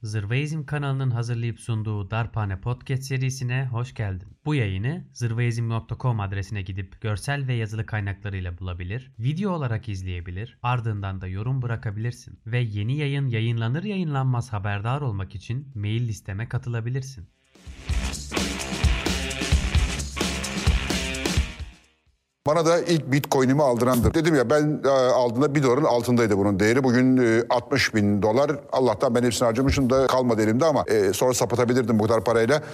Zırvaizm kanalının hazırlayıp sunduğu Darphane Podcast serisine hoş geldin. Bu yayını zırvaizm.com adresine gidip görsel ve yazılı kaynaklarıyla bulabilir, video olarak izleyebilir, ardından da yorum bırakabilirsin. Ve yeni yayın yayınlanır yayınlanmaz haberdar olmak için mail listeme katılabilirsin. Bana da ilk Bitcoin'imi aldırandır. Dedim ya ben aldığımda $1 altındaydı bunun değeri. Bugün $60.000. Allah'tan ben hepsini harcamışım da kalmadı elimde ama sonra sapatabilirdim bu kadar parayla.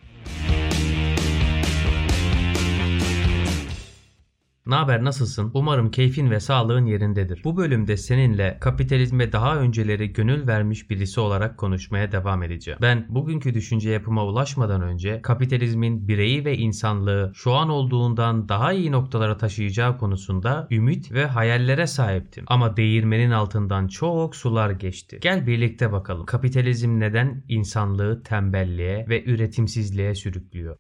Naber, nasılsın? Umarım keyfin ve sağlığın yerindedir. Bu bölümde seninle kapitalizme daha önceleri gönül vermiş birisi olarak konuşmaya devam edeceğim. Ben bugünkü düşünce yapıma ulaşmadan önce kapitalizmin bireyi ve insanlığı şu an olduğundan daha iyi noktalara taşıyacağı konusunda ümit ve hayallere sahiptim. Ama değirmenin altından çok sular geçti. Gel birlikte bakalım kapitalizm neden insanlığı tembelliğe ve üretimsizliğe sürüklüyor?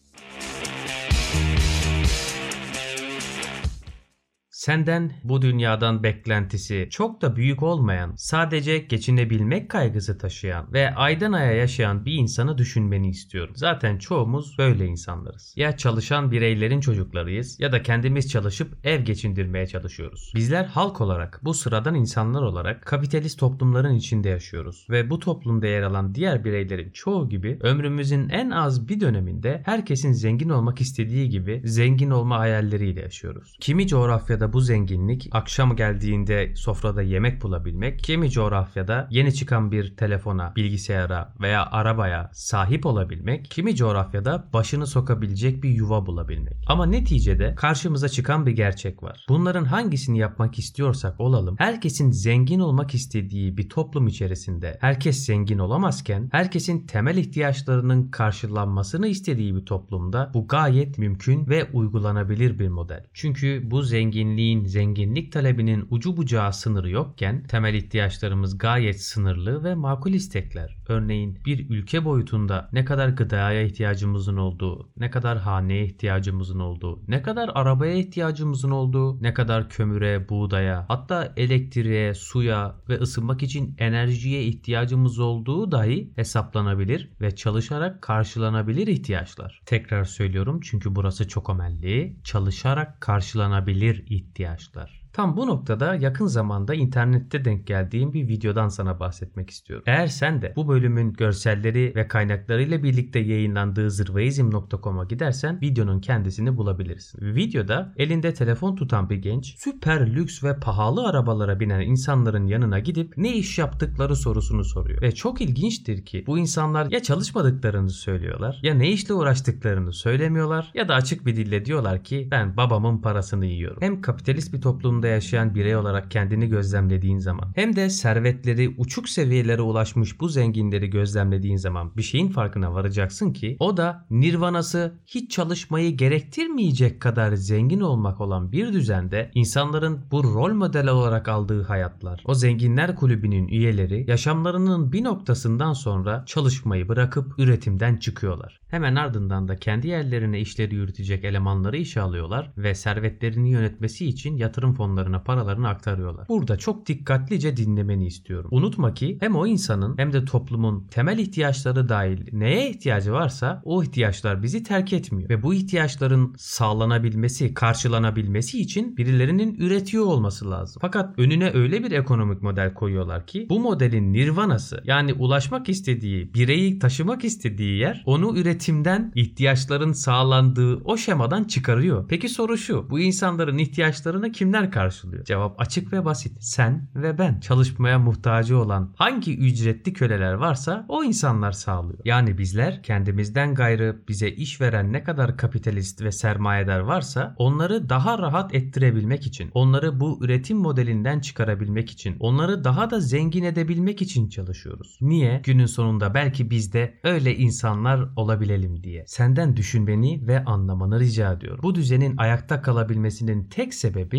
Senden bu dünyadan beklentisi çok da büyük olmayan, sadece geçinebilmek kaygısı taşıyan ve aydan aya yaşayan bir insanı düşünmeni istiyorum. Zaten çoğumuz böyle insanlarız. Ya çalışan bireylerin çocuklarıyız ya da kendimiz çalışıp ev geçindirmeye çalışıyoruz. Bizler halk olarak, bu sıradan insanlar olarak kapitalist toplumların içinde yaşıyoruz ve bu toplumda yer alan diğer bireylerin çoğu gibi ömrümüzün en az bir döneminde herkesin zengin olmak istediği gibi zengin olma hayalleriyle yaşıyoruz. Kimi coğrafyada bu zenginlik akşam geldiğinde sofrada yemek bulabilmek, kimi coğrafyada yeni çıkan bir telefona, bilgisayara veya arabaya sahip olabilmek, kimi coğrafyada başını sokabilecek bir yuva bulabilmek. Ama neticede karşımıza çıkan bir gerçek var. Bunların hangisini yapmak istiyorsak olalım, herkesin zengin olmak istediği bir toplum içerisinde herkes zengin olamazken, herkesin temel ihtiyaçlarının karşılanmasını istediği bir toplumda bu gayet mümkün ve uygulanabilir bir model. Çünkü bu zenginlik talebinin ucu bucağı sınırı yokken temel ihtiyaçlarımız gayet sınırlı ve makul istekler. Örneğin bir ülke boyutunda ne kadar gıdaya ihtiyacımızın olduğu, ne kadar haneye ihtiyacımızın olduğu, ne kadar arabaya ihtiyacımızın olduğu, ne kadar kömüre, buğdaya, hatta elektriğe, suya ve ısınmak için enerjiye ihtiyacımız olduğu dahi hesaplanabilir ve çalışarak karşılanabilir ihtiyaçlar. Tekrar söylüyorum çünkü burası çok önemli. Çalışarak karşılanabilir ihtiyaçlar. Tam bu noktada yakın zamanda internette denk geldiğim bir videodan sana bahsetmek istiyorum. Eğer sen de bu bölümün görselleri ve kaynaklarıyla birlikte yayınlandığı zırvaizm.com'a gidersen videonun kendisini bulabilirsin. Videoda elinde telefon tutan bir genç süper lüks ve pahalı arabalara binen insanların yanına gidip ne iş yaptıkları sorusunu soruyor. Ve çok ilginçtir ki bu insanlar ya çalışmadıklarını söylüyorlar, ya ne işle uğraştıklarını söylemiyorlar, ya da açık bir dille diyorlar ki ben babamın parasını yiyorum. Hem kapitalist bir toplumda yaşayan birey olarak kendini gözlemlediğin zaman hem de servetleri uçuk seviyelere ulaşmış bu zenginleri gözlemlediğin zaman bir şeyin farkına varacaksın ki o da nirvanası hiç çalışmayı gerektirmeyecek kadar zengin olmak olan bir düzende insanların bu rol model olarak aldığı hayatlar. O zenginler kulübünün üyeleri yaşamlarının bir noktasından sonra çalışmayı bırakıp üretimden çıkıyorlar. Hemen ardından da kendi yerlerine işleri yürütecek elemanları işe alıyorlar ve servetlerini yönetmesi için yatırım fonlarına paralarını aktarıyorlar. Burada çok dikkatlice dinlemeni istiyorum. Unutma ki hem o insanın hem de toplumun temel ihtiyaçları dahil neye ihtiyacı varsa o ihtiyaçlar bizi terk etmiyor. Ve bu ihtiyaçların sağlanabilmesi, karşılanabilmesi için birilerinin üretiyor olması lazım. Fakat önüne öyle bir ekonomik model koyuyorlar ki bu modelin nirvanası, yani ulaşmak istediği, bireyi taşımak istediği yer onu üretimden, ihtiyaçların sağlandığı o şemadan çıkarıyor. Peki soru şu: bu insanların ihtiyaçlarını kimler karşılıyor? Cevap açık ve basit. Sen ve ben. Çalışmaya muhtacı olan hangi ücretli köleler varsa o insanlar sağlıyor. Yani bizler kendimizden gayrı bize iş veren ne kadar kapitalist ve sermayedar varsa onları daha rahat ettirebilmek için, onları bu üretim modelinden çıkarabilmek için, onları daha da zengin edebilmek için çalışıyoruz. Niye? Günün sonunda belki biz de öyle insanlar olabilelim diye. Senden düşünmeni ve anlamanı rica ediyorum. Bu düzenin ayakta kalabilmesinin tek sebebi senin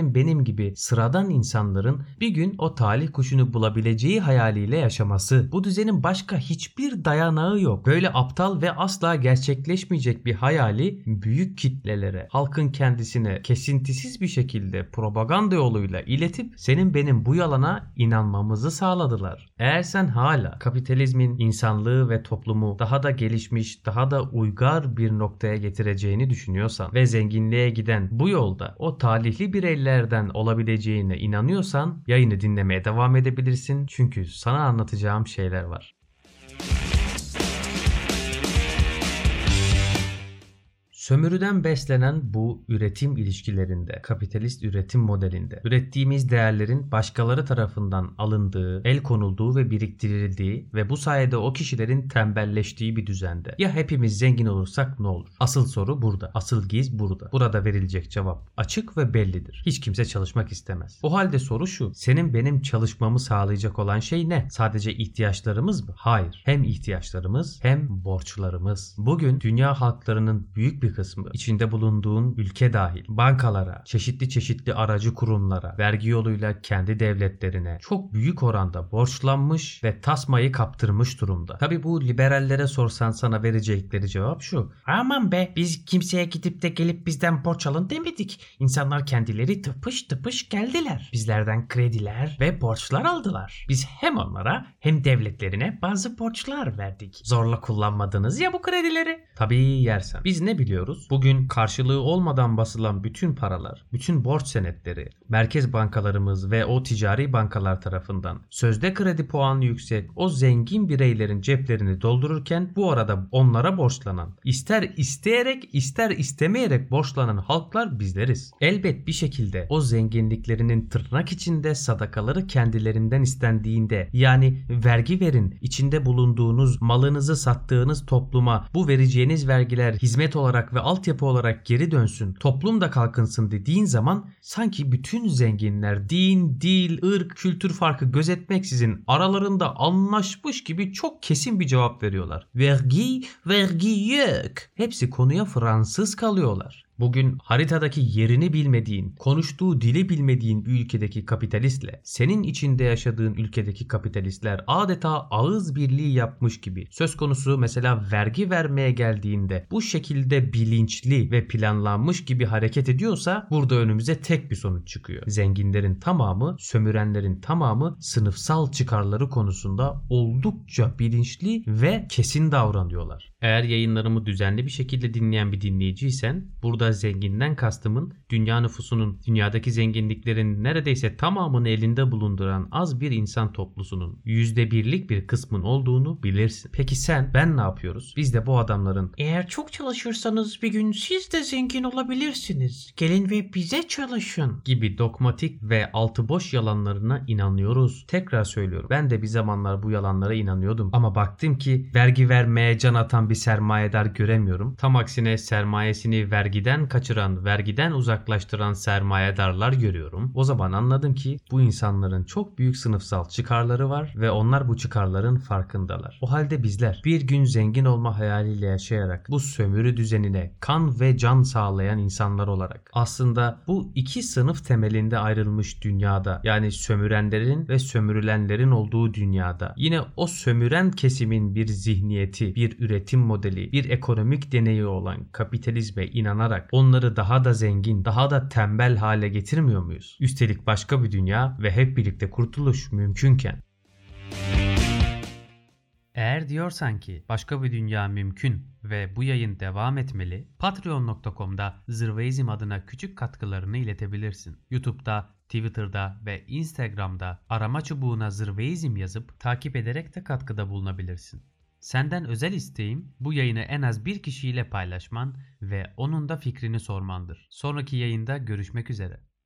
senin benim gibi sıradan insanların bir gün o talih kuşunu bulabileceği hayaliyle yaşaması. Bu düzenin başka hiçbir dayanağı yok. Böyle aptal ve asla gerçekleşmeyecek bir hayali büyük kitlelere, halkın kendisine kesintisiz bir şekilde propaganda yoluyla iletip senin benim bu yalana inanmamızı sağladılar. Eğer sen hala kapitalizmin insanlığı ve toplumu daha da gelişmiş, daha da uygar bir noktaya getireceğini düşünüyorsan ve zenginliğe giden bu yolda o talihli bireylerden olabileceğine inanıyorsan yayını dinlemeye devam edebilirsin. Çünkü sana anlatacağım şeyler var. Sömürüden beslenen bu üretim ilişkilerinde, kapitalist üretim modelinde ürettiğimiz değerlerin başkaları tarafından alındığı, el konulduğu ve biriktirildiği ve bu sayede o kişilerin tembelleştiği bir düzende. Ya hepimiz zengin olursak ne olur? Asıl soru burada. Asıl giz burada. Burada verilecek cevap açık ve bellidir. Hiç kimse çalışmak istemez. O halde soru şu. Senin benim çalışmamı sağlayacak olan şey ne? Sadece ihtiyaçlarımız mı? Hayır. Hem ihtiyaçlarımız hem borçlarımız. Bugün dünya halklarının büyük bir kısmı içinde bulunduğun ülke dahil bankalara, çeşitli aracı kurumlara, vergi yoluyla kendi devletlerine çok büyük oranda borçlanmış ve tasmayı kaptırmış durumda. Tabi bu liberallere sorsan sana verecekleri cevap şu. Aman be, biz kimseye gidip de gelip bizden borç alın demedik. İnsanlar kendileri tıpış tıpış geldiler. Bizlerden krediler ve borçlar aldılar. Biz hem onlara hem devletlerine bazı borçlar verdik. Zorla kullanmadınız ya bu kredileri. Tabii yersen. Biz ne biliyoruz? Bugün karşılığı olmadan basılan bütün paralar, bütün borç senetleri, merkez bankalarımız ve o ticari bankalar tarafından sözde kredi puanı yüksek o zengin bireylerin ceplerini doldururken bu arada onlara borçlanan, ister isteyerek ister istemeyerek borçlanan halklar bizleriz. Elbet bir şekilde o zenginliklerinin tırnak içinde sadakaları kendilerinden istendiğinde, yani vergi verin, içinde bulunduğunuz malınızı sattığınız topluma bu vereceğiniz vergiler hizmet olarak ve altyapı olarak geri dönsün, toplum da kalkınsın dediğin zaman sanki bütün zenginler din, dil, ırk, kültür farkı gözetmeksizin aralarında anlaşmış gibi çok kesin bir cevap veriyorlar. Vergi yok. Hepsi konuya Fransız kalıyorlar. Bugün haritadaki yerini bilmediğin, konuştuğu dili bilmediğin bir ülkedeki kapitalistle senin içinde yaşadığın ülkedeki kapitalistler adeta ağız birliği yapmış gibi söz konusu mesela vergi vermeye geldiğinde bu şekilde bilinçli ve planlanmış gibi hareket ediyorsa burada önümüze tek bir sonuç çıkıyor. Zenginlerin tamamı, sömürenlerin tamamı sınıfsal çıkarları konusunda oldukça bilinçli ve kesin davranıyorlar. Eğer yayınlarımı düzenli bir şekilde dinleyen bir dinleyiciysen burada zenginden kastımın dünya nüfusunun, dünyadaki zenginliklerin neredeyse tamamını elinde bulunduran az bir insan toplusunun %1'lik bir kısmın olduğunu bilirsin. Peki sen, ben ne yapıyoruz? Biz de bu adamların eğer çok çalışırsanız bir gün siz de zengin olabilirsiniz, gelin ve bize çalışın gibi dogmatik ve altı boş yalanlarına inanıyoruz. Tekrar söylüyorum, ben de bir zamanlar bu yalanlara inanıyordum ama baktım ki vergi vermeye can atan bir sermayedar göremiyorum. Tam aksine sermayesini vergiden kaçıran, vergiden uzaklaştıran sermayedarlar görüyorum. O zaman anladım ki bu insanların çok büyük sınıfsal çıkarları var ve onlar bu çıkarların farkındalar. O halde bizler bir gün zengin olma hayaliyle yaşayarak bu sömürü düzenine kan ve can sağlayan insanlar olarak aslında bu iki sınıf temelinde ayrılmış dünyada, yani sömürenlerin ve sömürülenlerin olduğu dünyada yine o sömüren kesimin bir zihniyeti, bir üretim modeli, bir ekonomik deneyi olan kapitalizme inanarak onları daha da zengin, daha da tembel hale getirmiyor muyuz? Üstelik başka bir dünya ve hep birlikte kurtuluş mümkünken. Eğer diyorsan ki başka bir dünya mümkün ve bu yayın devam etmeli, patreon.com'da Zırvaizm adına küçük katkılarını iletebilirsin. YouTube'da, Twitter'da ve Instagram'da arama çubuğuna Zırvaizm yazıp takip ederek de katkıda bulunabilirsin. Senden özel isteğim bu yayını en az bir kişiyle paylaşman ve onun da fikrini sormandır. Sonraki yayında görüşmek üzere.